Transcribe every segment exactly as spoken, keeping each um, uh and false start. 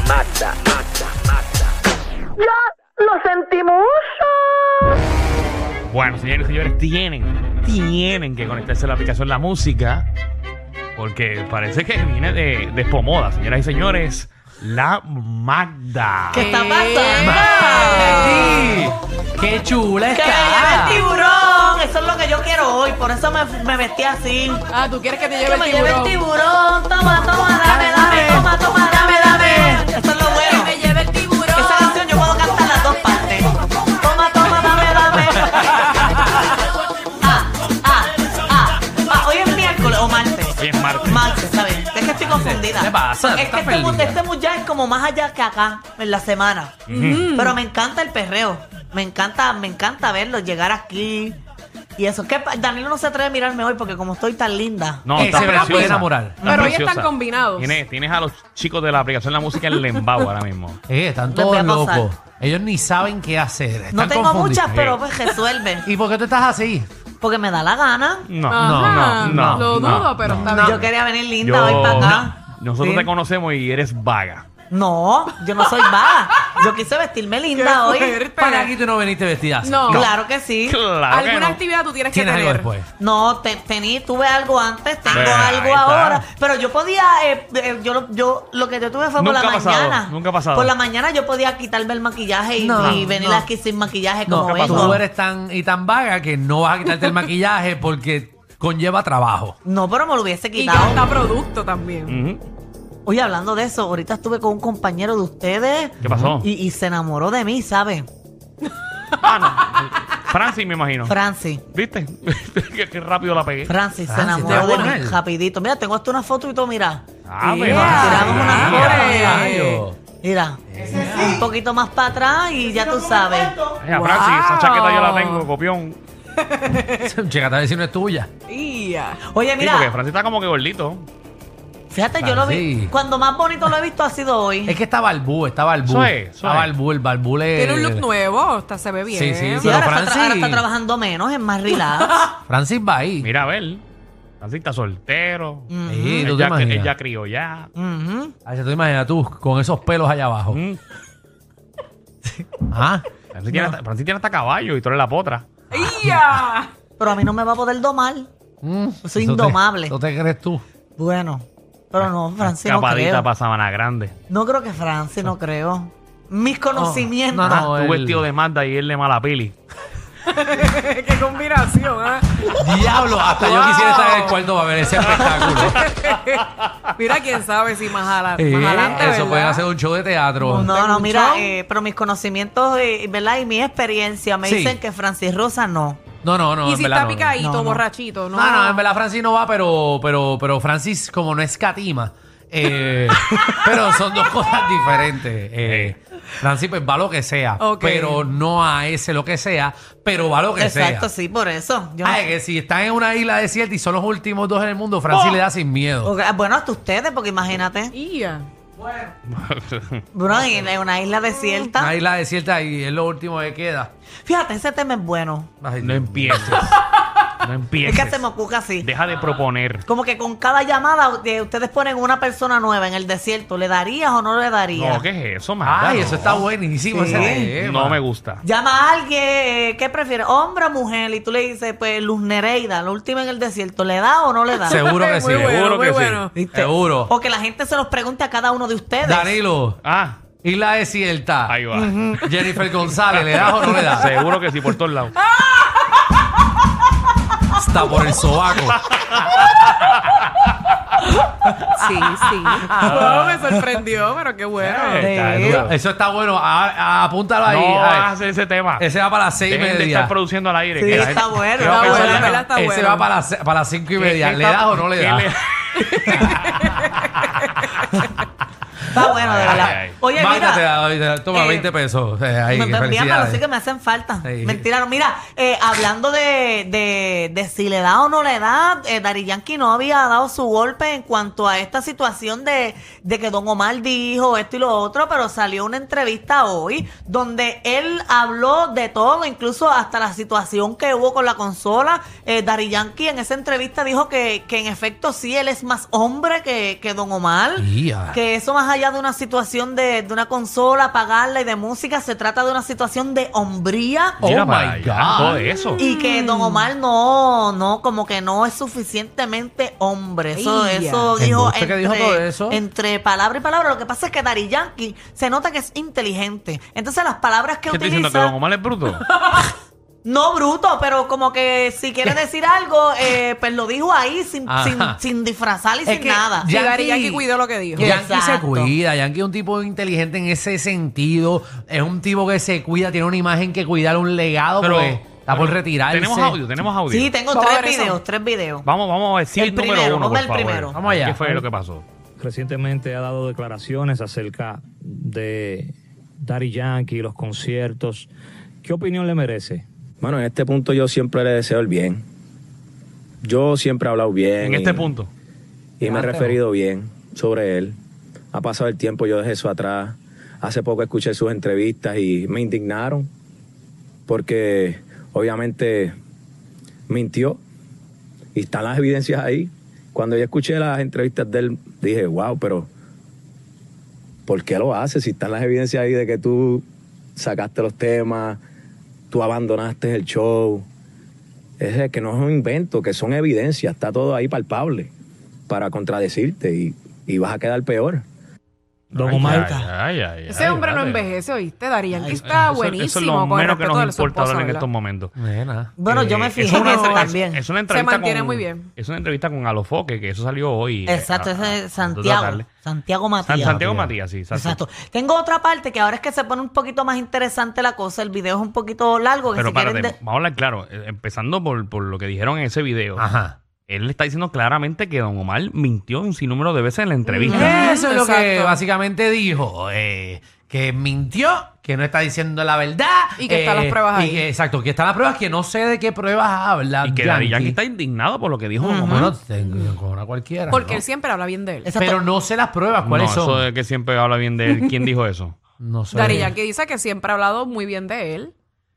Magda, Magda, Magda. ¡Ya lo sentimos! Bueno, señores y señores, tienen, tienen que conectarse a la aplicación La Música, porque parece que viene de, de Spomoda, señoras y señores. La Magda. ¿Qué está pasando? ¡Magdi! ¡Qué chula ¡Que me lleve el está! tiburón! Eso es lo que yo quiero hoy, por eso me, me vestí así. Ah, ¿tú quieres que te Que lleve me el lleve el tiburón? tiburón. Toma, toma, dame, dame. Toma, toma, dame, dame. Eso es lo bueno. Que me lleve el tiburón. Esa canción yo puedo cantar las dos partes. Toma, toma, dame, dame. Ah, ah, ah, ah. Hoy es miércoles o martes. Hoy es martes. Martes, ¿sabes? Es que estoy confundida. ¿Qué pasa? Es que ¿Estás este, mu- perdida? este mood ya es como más allá que acá, en la semana. Pero me encanta el perreo. Me encanta, me encanta verlo, llegar aquí. Y eso, es que Danilo no se atreve a mirarme hoy porque como estoy tan linda. No, Ese está me la puede preciosa. enamorar. Está Pero hoy preciosa. están combinados. Tienes, tienes a los chicos de la aplicación La Música en Lembao ahora mismo. Eh, están Les voy todos a pasar. locos. Ellos ni saben qué hacer. Están No tengo confundidos. muchas, pero pues resuelven. ¿Y por qué tú estás así? Porque me da la gana. No, Ajá, no, no. Lo no, dudo, pero no. está bien. Yo quería venir linda Yo- hoy para acá. Nosotros Sí. te conocemos y eres vaga. No, yo no soy vaga. Yo quise vestirme linda Qué hoy. fuerte. Para aquí tú no veniste vestida así. No. Claro que sí. Claro que Alguna no. actividad tú tienes que ¿Tienes algo tener. después? No, te, tení, tuve algo antes, tengo Pues, ahí algo está. ahora. Pero yo podía, eh, eh, yo, lo- yo lo que yo tuve fue por Nunca la ha pasado, mañana. nunca ha pasado. Por la mañana yo podía quitarme el maquillaje y, No, y venir no. aquí sin maquillaje No, como ¿qué pasó? vengo. tú eres tan y tan vaga que no vas a quitarte el maquillaje porque conlleva trabajo. No, pero me lo hubiese Y quitado. gasta producto también. Ujú. Oye, hablando de eso, ahorita estuve con un compañero de ustedes. ¿Qué pasó? Y, y se enamoró de mí, ¿sabes? Ah, no. Francis, me imagino. Francis. ¿Viste? qué, qué rápido la pegué. Francis se Francis, enamoró ¿te de va mí con él? rapidito. Mira, tengo hasta una foto y todo, mira. Ah, Yeah. me Tiramos una María. foto, mira. Rayo. Mira, un poquito más para atrás y ya tú sabes. Mira, Francis, esa Wow. chaqueta yo la tengo, copión. Chécate a ver si no es tuya. Ia. Oye, Sí, mira, porque Francis está como que gordito. fíjate, yo lo vi. Francis. Cuando más bonito lo he visto ha sido hoy. Es que está Balbú, está Balbú. Eso es, eso Está es. Balbú, el Balbú le... Tiene un look nuevo, está, se ve bien. Sí, sí, Sí, pero ahora, está, tra- Francis- ahora está trabajando menos, es más relax. Francis va ahí. Mira, a ver. Francis está soltero. Sí, Él ¿tú te ya, imaginas? él ya crió ya. Ujú. Ay, ¿tú te imaginas tú con esos pelos allá abajo? Mm. Ah, Francis, tiene hasta, Francis tiene hasta caballo y tú eres la potra. ¡Ia! Pero a mí no me va a poder domar. mm, Soy ¿eso te- indomable. ¿Eso te crees tú? Bueno, pero no, Francis no Capadita creo. para Sabana Grande. No creo que Francis, no creo. Mis conocimientos. no, no. Ah, tú él- vestido de Magda y él de Malapili. ¡Qué combinación! ¿eh? Diablo, hasta yo Wow. quisiera estar en el cuarto para ver ese espectáculo. Mira, quién sabe si más, ala- Eh, más adelante. eso ¿verdad? pueden hacer un show de teatro. No, ¿Tengo no, un mira, show? eh, pero mis conocimientos, eh, ¿verdad? Y mi experiencia me Sí. dicen que Francis Rosa no. No, no, no. Y en si verdad, está no, no. picadito, No, no. borrachito, ¿no? No, no, en verdad Francis no va, pero, pero, pero Francis como no escatima. Eh, pero son dos cosas diferentes. Eh, Francis pues va lo que sea, Ok. pero no a ese lo que sea, pero va lo que Exacto, sea. sí, por eso. Yo no Ay, sé. que si están en una isla desierta y son los últimos dos en el mundo, Francis Oh. le da sin miedo. Ok, bueno, hasta ustedes, porque imagínate. Ia. Bueno, en en una isla desierta. Una isla desierta y es lo último que queda. Fíjate, ese tema es bueno. Ay, No empieces. No Es empieces. que se me ocurre así. Deja de proponer. Como que con cada llamada eh, ustedes ponen una persona nueva en el desierto. ¿Le darías o no le darías? No, ¿qué es eso, Magda? Ay, No. eso está buenísimo Sí. ese tema. No me gusta. Llama a alguien, eh, ¿qué prefiere? ¿Hombre o mujer? Y tú le dices, pues, Luz Nereida, la última en el desierto. ¿Le da o no le da? Seguro que sí. Muy bueno, seguro muy que sí. bueno. ¿Viste? Seguro. O que la gente se los pregunte a cada uno de ustedes. Danilo, Ah, isla desierta. ahí va. Jennifer González, ¿le das o no le das? Seguro que sí, por todos lados. Está por el sobaco. Sí, sí. Wow, me sorprendió, pero qué bueno. Eh, está Sí. duro. Eso está bueno. A- a- apúntalo ahí. No A ver. vas a hacer ese tema. Ese va para las seis y Dejen de media. estar produciendo al aire. Sí, que la está gente- bueno, ¿Qué va a está pensar bueno, la- ¿verdad? Está Ese bueno. va para las, para las cinco y ¿Qué- media. qué ¿Le está- das o no le qué das? Está bueno, de Ay, verdad. ay, ay. Oye, Magda, te mira. da- te da- toma eh, veinte pesos. Eh, ahí, Me envíamelo, felicidades. sí que me hacen falta. Sí. Mentira, no. Mira, eh, hablando de, de, de si le da o no le da, eh, Daddy Yankee no había dado su golpe en cuanto a esta situación de, de que Don Omar dijo esto y lo otro, pero salió una entrevista hoy donde él habló de todo, incluso hasta la situación que hubo con la consola. Eh, Daddy Yankee en esa entrevista dijo que, que en efecto sí, él es más hombre que, que Don Omar. Ya. Que eso más allá ya de una situación de, de una consola, pagarla y de música, se trata de una situación de hombría. Mira Oh para my allá, God. todo eso. Y que Don Omar no, no, como que no es suficientemente hombre. Eso, Ey, eso ya. dijo ¿Embuste entre, que dijo todo eso? entre palabra y palabra. Lo que pasa es que Daddy Yankee se nota que es inteligente. Entonces las palabras que ¿Qué estoy utiliza... diciendo? ¿Que Don Omar es bruto? No bruto, pero como que si quiere decir algo, eh, pues lo dijo ahí sin, Ajá. sin, sin disfrazar y Es sin que nada. Sí, Yankee- Daddy Yankee cuidó lo que dijo. Yankee se Exacto. cuida, Yankee es un tipo inteligente en ese sentido, es un tipo que se cuida, tiene una imagen que cuidar, un legado, Pero- pues está por retirarse. Tenemos audio, tenemos audio. Sí, tengo Vamos a tres ver eso. videos, tres videos. Vamos, vamos a decir El el número primero, uno, ponme por el favor. primero. Vamos allá. ¿Qué fue lo que pasó? Recientemente ha dado declaraciones acerca de Daddy Yankee, los conciertos. ¿Qué opinión le merece? Bueno, en este punto yo siempre le deseo el bien. Yo siempre he hablado bien. En y- este punto. Y me he referido bien sobre él. Ha pasado el tiempo, yo dejé eso atrás. Hace poco escuché sus entrevistas y me indignaron. Porque obviamente mintió. Y están las evidencias ahí. Cuando yo escuché las entrevistas de él, dije, wow, pero ¿por qué lo haces? Si están las evidencias ahí de que tú sacaste los temas, tú abandonaste el show. Es de que no es un invento, que son evidencias, está todo ahí palpable para contradecirte y, y vas a quedar peor. Don Ay, Omar, ay, ay, ay, Ese ay, hombre no espérate. envejece, ¿oíste? Daddy Yankee Eso- está eso- buenísimo Eso es lo con el menos que respeto de nos su importa hablar esposa, en ¿verdad? estos momentos. Nena. Bueno, yo me Eh, fijé es en una- eso es- también. Es una entrevista mantiene con- muy bien. Es una entrevista con Alofoque, que eso salió hoy. eh, Exacto, a- ese a- es a dos de la Santiago. tarde. Santiago San- Matías. Santiago Matías, sí, exacto. Exacto. Tengo otra parte que ahora es que se pone un poquito más interesante la cosa. El video es un poquito largo. Que Pero si quieren párate, de- vamos a hablar claro. eh, Empezando por, por lo que dijeron en ese video. Ajá. Él le está diciendo claramente que Don Omar mintió un sinnúmero de veces en la entrevista. Eso es lo que Exacto. básicamente dijo, eh, que mintió, que no está diciendo la verdad. Y que están las pruebas y ahí. que- exacto, que están las pruebas, que no sé de qué pruebas habla Y que Daddy Yankee. Yankee está indignado por lo que dijo Don Omar. Bueno, tengo con una cualquiera. Porque ¿no? él siempre habla bien de él. Exacto. Pero no sé las pruebas, No, ¿cuáles eso son? de que siempre habla bien de él. ¿Quién dijo eso? No sé. Daddy Yankee dice que siempre ha hablado muy bien de él.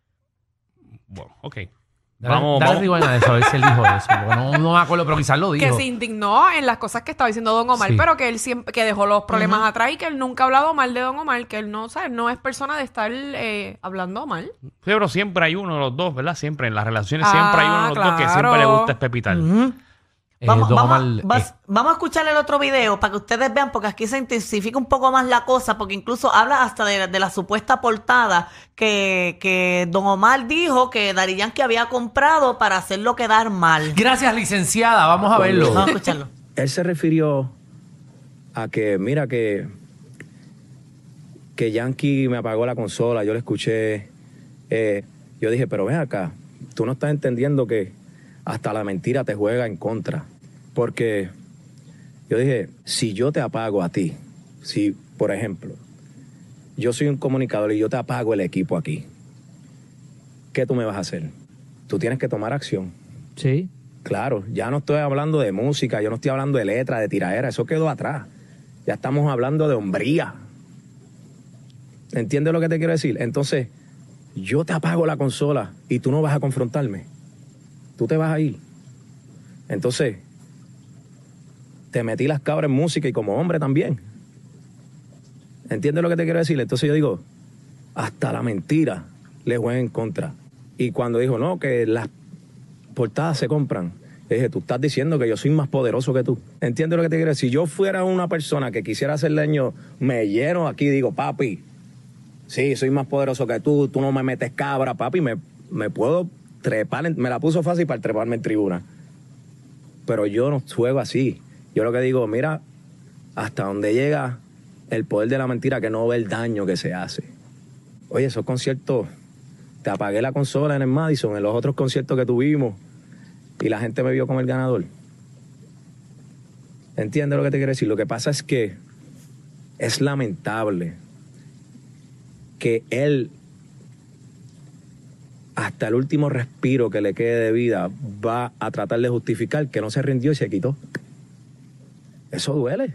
Bueno, ok. Dale, Vamos, dale vamos. rewind a eso, a ver si él dijo eso. porque No, no me acuerdo, pero quizás lo dijo. Que se indignó en las cosas que estaba diciendo Don Omar, Sí. pero que él siempre que dejó los problemas atrás y que él nunca ha hablado mal de Don Omar, que él no, ¿sabes? No es persona de estar eh, hablando mal. Sí, pero siempre hay uno de los dos, ¿verdad? Siempre en las relaciones Ah, siempre hay uno de los dos que claro. siempre le gusta espepitar. Eh, Vamos, Don vamos, Omar, vas- eh, vamos a escuchar el otro video para que ustedes vean, porque aquí se intensifica un poco más la cosa, porque incluso habla hasta de, de la supuesta portada que, que Don Omar dijo que Daddy Yankee había comprado para hacerlo quedar mal. Gracias, licenciada. Vamos a verlo. Vamos a escucharlo. Él se refirió a que, mira, que, que Yankee me apagó la consola, yo le escuché, eh, yo dije, pero ven acá, tú no estás entendiendo que hasta la mentira te juega en contra. Porque yo dije, si yo te apago a ti, si, por ejemplo, yo soy un comunicador y yo te apago el equipo aquí, ¿qué tú me vas a hacer? Tú tienes que tomar acción. sí. Claro, ya no estoy hablando de música, yo no estoy hablando de letra, de tiraera, eso quedó atrás. Ya estamos hablando de hombría. ¿Entiendes lo que te quiero decir? Entonces, yo te apago la consola y tú no vas a confrontarme. Tú te vas a ir. Entonces, te metí las cabras en música y como hombre también. ¿Entiendes lo que te quiero decir? Entonces yo digo, hasta la mentira le juega en contra. Y cuando dijo, no, que las portadas se compran, le dije, tú estás diciendo que yo soy más poderoso que tú. ¿Entiendes lo que te quiero decir? Si yo fuera una persona que quisiera hacer daño, me lleno aquí y digo, papi, sí, soy más poderoso que tú, tú no me metes cabra, papi, me, me puedo trepar, en- me la puso fácil para treparme en tribuna. Pero yo no juego así. Yo lo que digo, mira, hasta donde llega el poder de la mentira, que no ve el daño que se hace. Oye, esos conciertos, te apagué la consola en el Madison, en los otros conciertos que tuvimos, y la gente me vio como el ganador. ¿Entiendes lo que te quiero decir? Lo que pasa es que es lamentable que él, hasta el último respiro que le quede de vida, va a tratar de justificar que no se rindió y se quitó. Eso duele.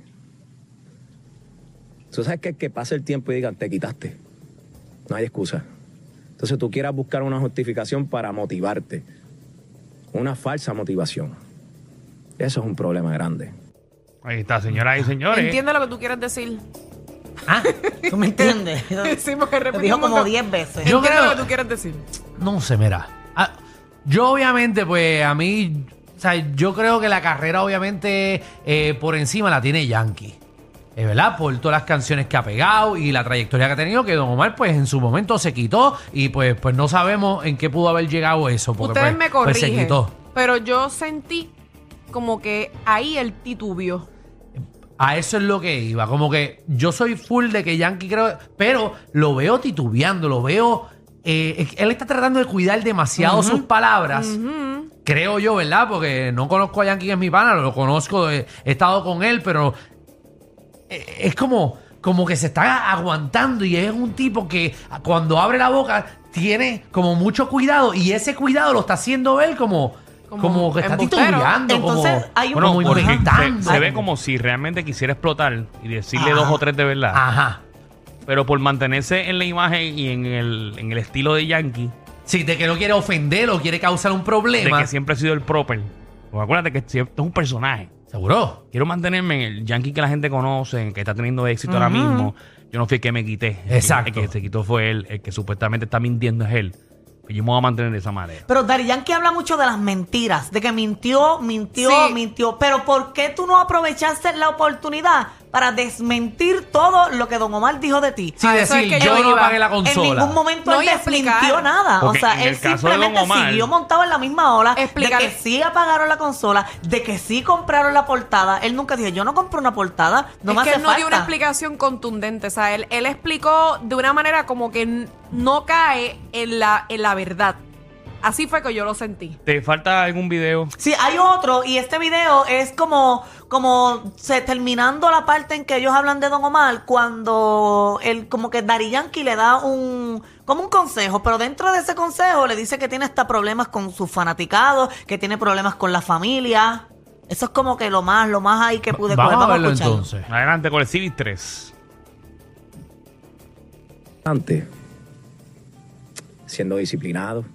Tú sabes que, que pase el tiempo y digan, te quitaste. No hay excusa. Entonces tú quieras buscar una justificación para motivarte. Una falsa motivación. Eso es un problema grande. Ahí está, señoras y señores. ¿Entiende lo que tú quieres decir? Ah, ¿Tú me entiendes? Sí, porque Lo repitió dijo un como montón. diez veces. Yo Entiendo creo- lo que tú quieres decir. no sé, mira. Ah, yo obviamente, pues a mí, o sea, yo creo que la carrera obviamente eh, por encima la tiene Yankee. Es verdad, por todas las canciones que ha pegado y la trayectoria que ha tenido, que Don Omar pues en su momento se quitó y pues, pues no sabemos en qué pudo haber llegado eso. Porque, Ustedes pues, me pues, se corrigen, quitó. pero yo sentí como que ahí el titubió. A eso es lo que iba. Como que yo soy full de que Yankee creo, pero lo veo titubeando, lo veo. eh, él está tratando de cuidar demasiado sus palabras. Creo yo, ¿verdad? Porque no conozco a Yankee, que es mi pana, lo conozco, he, he estado con él, pero eh, es como, como que se está aguantando y es un tipo que cuando abre la boca tiene como mucho cuidado y ese cuidado lo está haciendo él como, como, Como que está embustero. titubeando. Entonces, como, hay un- Bueno, como porque inventando. se, se ve como si realmente quisiera explotar y decirle Ajá. dos o tres de verdad. Ajá. Pero por mantenerse en la imagen y en el, en el estilo de Yankee, Sí, de que no quiere ofender o quiere causar un de problema. que siempre ha sido el proper. Porque acuérdate que siempre es un personaje. ¿Seguro? Quiero mantenerme en el Yankee que la gente conoce, en el que está teniendo éxito ahora mismo. Yo no fui el que me quité. El que- Exacto. El que se quitó fue él. El que supuestamente está mintiendo es él. Pues yo me voy a mantener de esa manera. Pero Daddy Yankee habla mucho de las mentiras, de que mintió, mintió, Sí. mintió. Pero ¿por qué tú no aprovechaste la oportunidad para desmentir todo lo que Don Omar dijo de ti? Sí, A eso decir, es que yo yo no iba. apagué la En consola. ningún momento No, él y explicar. desmintió nada. Porque o sea, en él el caso de Don simplemente Omar- siguió montado en la misma ola Explicar- de que sí apagaron la consola, de que sí compraron la portada. Él nunca dijo, yo no compré una portada, no es me que hace él no falta. dio una explicación contundente. O sea, él, él explicó de una manera como que n- no cae en la, en la verdad. Así fue que yo lo sentí. ¿Te falta algún video? Sí, hay otro, y este video es como, como se, terminando la parte en que ellos hablan de Don Omar, cuando él, como que Daddy Yankee le da un, como un consejo, pero dentro de ese consejo le dice que tiene hasta problemas con sus fanaticados, que tiene problemas con la familia. Eso es como que lo más, lo más ahí que pude Vamos coger. a verlo escucharlo. entonces. Adelante con el Civic tres. Antes, siendo disciplinado,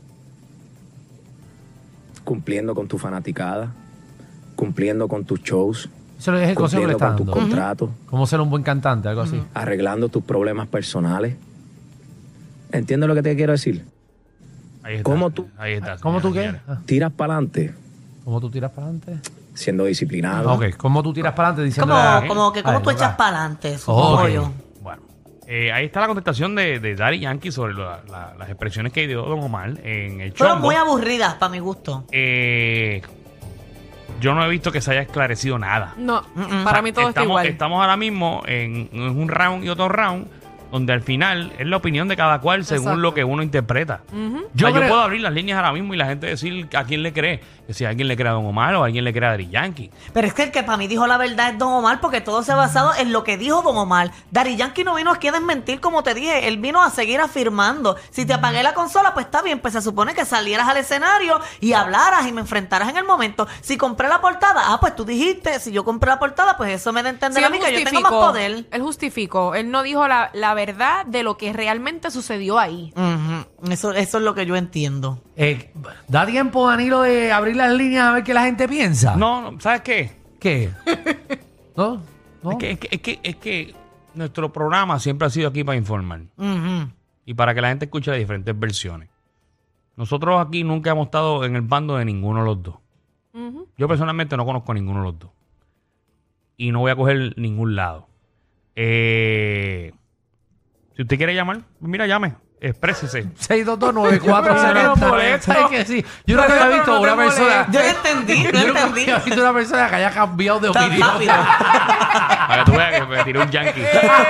cumpliendo con tu fanaticada, cumpliendo con tus shows, Eso es el consejo que le cumpliendo está con tus dando. contratos, Cómo ser un buen cantante, algo así. arreglando tus problemas personales. ¿Entiendes lo que te quiero decir? Ahí está. ¿Cómo tú- Ahí está. ¿Cómo tú qué? señora, señora. Ah, Tiras para adelante, ¿Cómo tú tiras para adelante? siendo disciplinado. Ok, ¿cómo tú tiras para adelante diciendo Como, como que como Ay, tú loca. echas para adelante, supongo Ok. yo. Bueno, eh, ahí está la contestación de, de Daddy Yankee sobre la- la- las expresiones que dio Don Omar en el Fueron chombo. muy aburridas para mi gusto. Eh, yo no he visto que se haya esclarecido nada. No, Mm-mm. para mí todo estamos, está igual. Estamos ahora mismo en, en un round y otro round, donde al final es la opinión de cada cual según Exacto. lo que uno interpreta. Ujú. Yo, Yo yo creo- puedo abrir las líneas ahora mismo y la gente decir a quién le cree. Que si a alguien le cree a Don Omar o a alguien le cree a Daddy Yankee. Pero es que el que para mí dijo la verdad es Don Omar, porque todo se ha basado en lo que dijo Don Omar. Daddy Yankee no vino aquí a desmentir, como te dije, él vino a seguir afirmando. Si te apagué la consola, pues está bien, pues se supone que salieras al escenario y hablaras y me enfrentaras en el momento. Si compré la portada, ah, pues tú dijiste, si yo compré la portada, pues eso me da a entender Sí, a él mí que yo tengo más justificó, poder. él justificó, él no dijo la, la verdad de lo que realmente sucedió ahí. Ujú. Eso, eso es lo que yo entiendo. Eh, ¿Da tiempo, Danilo, de abrir las líneas a ver qué la gente piensa? No, no, ¿sabes qué? ¿Qué? ¿No? ¿No? Es, que, es, que, es, que, es que nuestro programa siempre ha sido aquí para informar. Ujú. Y para que la gente escuche las diferentes versiones. Nosotros aquí nunca hemos estado en el bando de ninguno de los dos. Ujú. Yo personalmente no conozco a ninguno de los dos. Y no voy a coger ningún lado. Eh, si usted quiere llamar, pues mira, llame. Exprésese. seis dos dos nueve cuatro Yo cero no me molesto. ¿Sabes qué? Sí. Yo nunca había visto no te una persona. Yo no entendí, no Yo nunca entendí. había visto una persona que haya cambiado de Tan opinión. rápido. Para que tú veas que me tiré un yankee.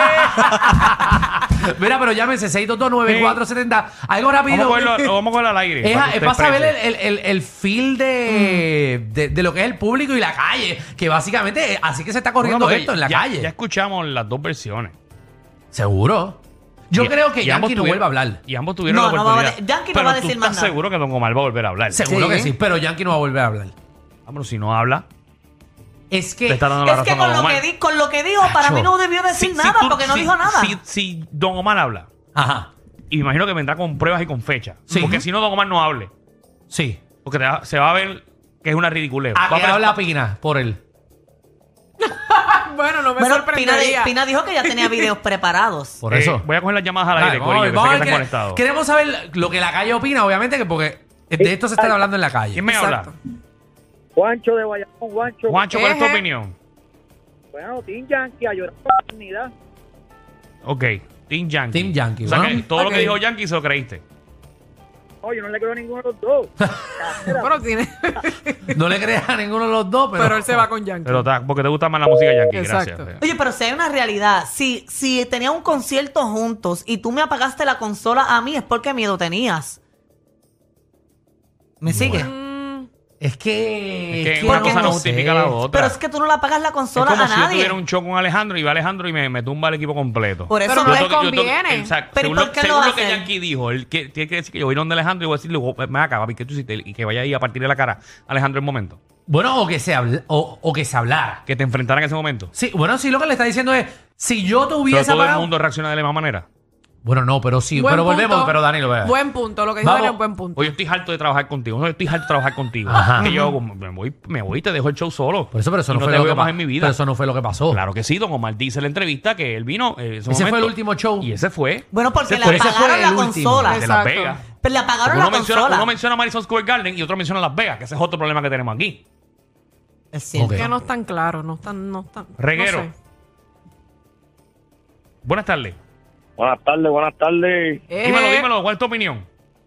Mira, pero llámese seis dos dos nueve cuatro cero cero. Algo rápido. Vamos a cogerlo, vamos a cogerlo al aire. Es, para que es usted para saber el, exprese. el, el, el feel de, de, de lo que es el público y la calle. Que básicamente eh, así que se está corriendo Bueno, porque esto en la ya- calle. Ya escuchamos las dos versiones. Seguro. Yo Y- creo que y ambos Yankee no tuvieron- vuelve a hablar. Y ambos tuvieron No, la no va a oportunidad. de- Yankee no Pero va a tú decir más estás nada. seguro que Don Omar va a volver a hablar. Seguro Sí. que sí, pero Yankee no va a volver a hablar. Ah, pero si no habla, Es le que. está dando la Es que razón a con Don lo Omar. que, di- con lo que dijo, para Acho. mí no debió decir Si- si nada, tú- porque no si- dijo nada. Si, si Don Omar habla, Ajá. y me imagino que vendrá con pruebas y con fechas. Sí. Porque si no, Don Omar no hable. Sí. Porque te va- se va a ver que es una ridiculez. ¿A Va qué a habla prestar- Pina por él? Bueno, no me Bueno, Pina, sorprendería. di- Pina dijo que ya tenía videos preparados. Por Eh, eso. voy a coger las llamadas al aire, Dale, Corillo, que sé vamos a que ver están qué- conectados. Queremos saber lo que la calle opina, obviamente, que porque de esto se está hablando en la calle. ¿Quién me Exacto. habla? Juancho de Guayamón, Juancho. Juancho, ¿cuál es tu Eje. opinión? Bueno, Team Yankee a llorar por la dignidad. Ok, Team Yankee. Team Yankee, O sea bueno. que todo lo Ok. que dijo Yankee se lo creíste. No, yo no le creo a ninguno de los dos. Bueno, tiene. No le creas a ninguno de los dos, pero. Pero él se va con Yankee. Pero ta- porque te gusta más la música Yankee, Exacto. gracias. Oye, pero si hay una realidad, si, si tenía un concierto juntos y tú me apagaste la consola a mí, es porque miedo tenías. ¿Me sigue? Mm, Es que. Es que que una porque cosa no no justifica sé. la otra. Pero es que tú no le apagas la Es consola como a si yo nadie. tuviera un show con Alejandro y va Alejandro y me, me tumba el equipo completo. Por eso Pero no no es le Yo to- yo to- conviene. exacto. Pero ¿y según por lo, qué lo según lo hace que él? Yankee dijo, él que, tiene que decir que yo voy donde Alejandro y voy a decirle, "Oh, me acaba, ¿qué tú hiciste?" Y que vaya ahí a partirle la cara a Alejandro en un momento. Bueno, o que se habla, o, o que se hablara. Que te enfrentara en ese momento. Sí, bueno, sí, lo que le está diciendo es: si yo te Pero hubiese todo el apagado. mundo reacciona de la misma manera. Bueno, no, pero sí, buen pero volvemos, punto. pero Danilo, vea. Buen punto, lo que dijo Vamos. Daniel es buen punto. Oye, yo estoy harto de trabajar contigo. No, yo estoy harto de trabajar contigo. Ajá. Que yo como, me voy, me voy y te dejo el show solo. Por eso, pero eso Y no, no fue te lo veo que más pa- en mi vida. Pero eso no fue lo que pasó. Claro que sí, don Omar dice en la entrevista que él vino. eh, ese Ese fue el momento. último show. Y ese fue. Bueno, porque Ese le fue- ese apagaron fue la el último. consola. de Las Exacto. Vegas. Pero le apagaron Porque la uno menciona, consola. uno menciona Madison Square Garden y otro menciona Las Vegas, que ese es otro problema que tenemos aquí. Es cierto. Ok. Que no es tan claro, no es tan. No es tan Reguero. no sé. Buenas tardes. Buenas tardes, buenas tardes. Eh, Dímelo, dímelo, ¿cuál es tu opinión?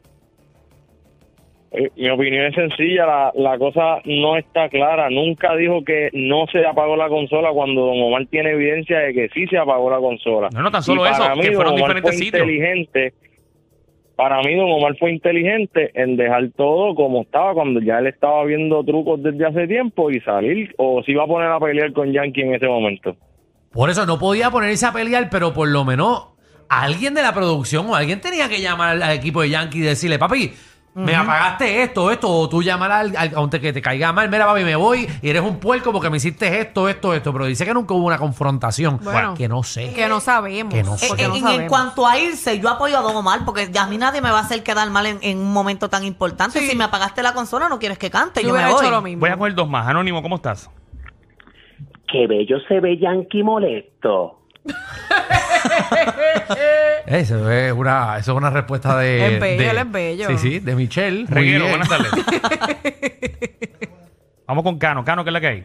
Eh, mi opinión es sencilla, la, la cosa no está clara. Nunca dijo que no se apagó la consola cuando Don Omar tiene evidencia de que sí se apagó la consola. No, no tan solo Y para eso, mí, que Don fueron Omar diferentes fue sitios. inteligente. Para mí, Don Omar fue inteligente en dejar todo como estaba cuando ya él estaba viendo trucos desde hace tiempo y salir, o si iba a poner a pelear con Yankee en ese momento. Por eso no podía ponerse a pelear, pero por lo menos alguien de la producción o alguien tenía que llamar al, al equipo de Yankee y decirle: papi, me apagaste esto, esto, o tú llamar al, al- aunque que te caiga mal, mira, papi, me voy y eres un puerco porque me hiciste esto, esto, esto. Pero dice que nunca hubo una confrontación. Bueno. que no sé. Que no sabemos. Que no sé. porque En, no en- sabemos. en cuanto a irse, yo apoyo a Don Omar porque a mí nadie me va a hacer quedar mal en, en un momento tan importante. Sí. Si me apagaste la consola, no quieres que cante, yo yo me hubiera voy. hecho lo mismo. Voy a coger dos más. Anónimo, ¿cómo estás? Qué bello se ve Yankee molesto. Eso es una, eso es una respuesta de. Es bello, de- él es bello. Sí, sí, de Michelle. Muy Reguero, bien. buenas tardes. Vamos con Cano. Cano, ¿qué es la que hay?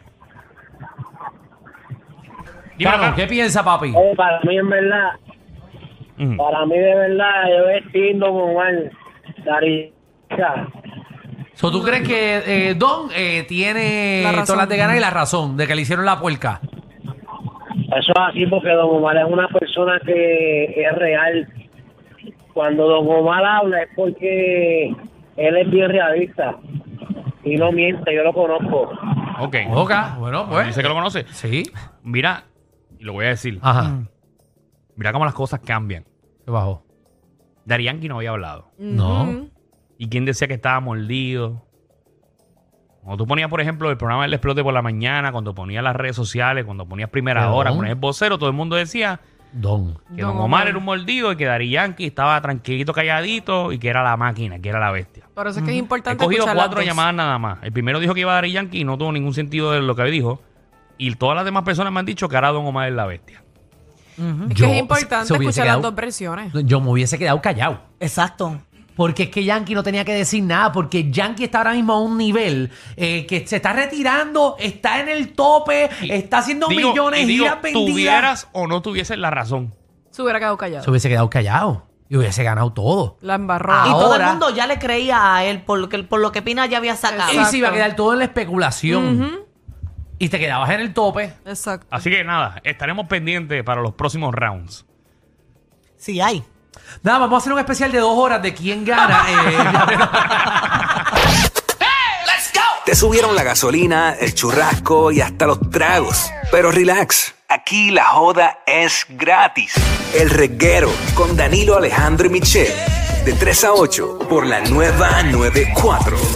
Dímelo, Cano, Cano. ¿qué piensa, papi? Eh, para mí, en verdad, Ujú. para mí de verdad, yo estoy Don Omar, Dari- So, ¿tú crees que eh, Don eh, tiene La razón. todas las de ganas y la razón de que le hicieron la puerca? Eso es así porque Don Omar es una persona que es real. Cuando Don Omar habla es porque él es bien realista y no miente, yo lo conozco. Ok. Ok, bueno, pues. Dice que lo conoce. Sí. Mira, y lo voy a decir. Ajá. Mira cómo las cosas cambian. ¿Qué bajó? Dari Yankee no había hablado. No. Ujú. ¿Y quién decía que estaba mordido? Cuando tú ponías, por ejemplo, el programa del explote por la mañana, cuando ponías las redes sociales, cuando ponías primera Pero, hora, ¿no? ponías el vocero, todo el mundo decía Don. que Don Don Omar Omar. era un mordido y que Dari Yankee estaba tranquilito, calladito y que era la máquina, que era la bestia. Por eso es que es He importante cogido escuchar las cuatro dos. llamadas nada más. El primero dijo que iba a Dari Yankee y no tuvo ningún sentido de lo que dijo. Y todas las demás personas me han dicho que ahora Don Omar es la bestia. Es que Yo- es importante se hubiese escuchar las quedado- dos versiones. Yo me hubiese quedado callado. Exacto. Porque es que Yankee no tenía que decir nada, porque Yankee está ahora mismo a un nivel eh, que se está retirando, está en el tope, está haciendo Digo, millones, y digo, giras vendidas. tuvieras o no tuvieses la razón. Se hubiera quedado callado. Se hubiese quedado callado y hubiese ganado todo. La embarró. Ah, Y todo el Ahora- mundo ya le creía a él por lo que, por lo que Pina ya había sacado. Y se iba a quedar todo en la especulación. Ujú. Y te quedabas en el tope. Exacto. Así que nada, estaremos pendientes para los próximos rounds. Sí hay. Nada, vamos a hacer un especial de dos horas de quién gana. eh, Te subieron la gasolina, el churrasco y hasta los tragos. Pero relax, aquí la joda es gratis. El Reguero con Danilo Alejandro y Michelle. De tres a ocho por la nueva noventa y cuatro.